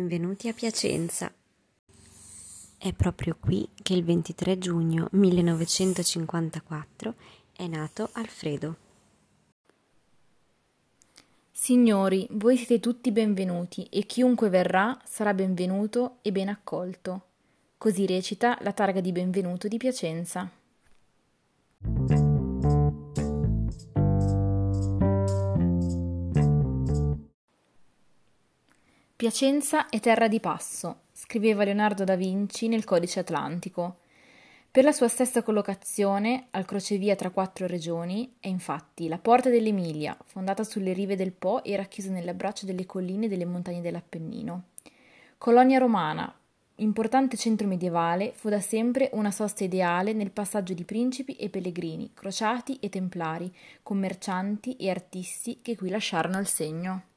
benvenuti a Piacenza. È proprio qui che il 23 giugno 1954 è nato Alfredo. Signori, voi siete tutti benvenuti e chiunque verrà sarà benvenuto e ben accolto. Così recita la targa di benvenuto di Piacenza. Piacenza è terra di passo, scriveva Leonardo da Vinci nel Codice Atlantico. Per la sua stessa collocazione, al crocevia tra 4 regioni, è infatti la Porta dell'Emilia, fondata sulle rive del Po e racchiusa nell'abbraccio delle colline e delle montagne dell'Appennino. Colonia romana, importante centro medievale, fu da sempre una sosta ideale nel passaggio di principi e pellegrini, crociati e templari, commercianti e artisti che qui lasciarono il segno.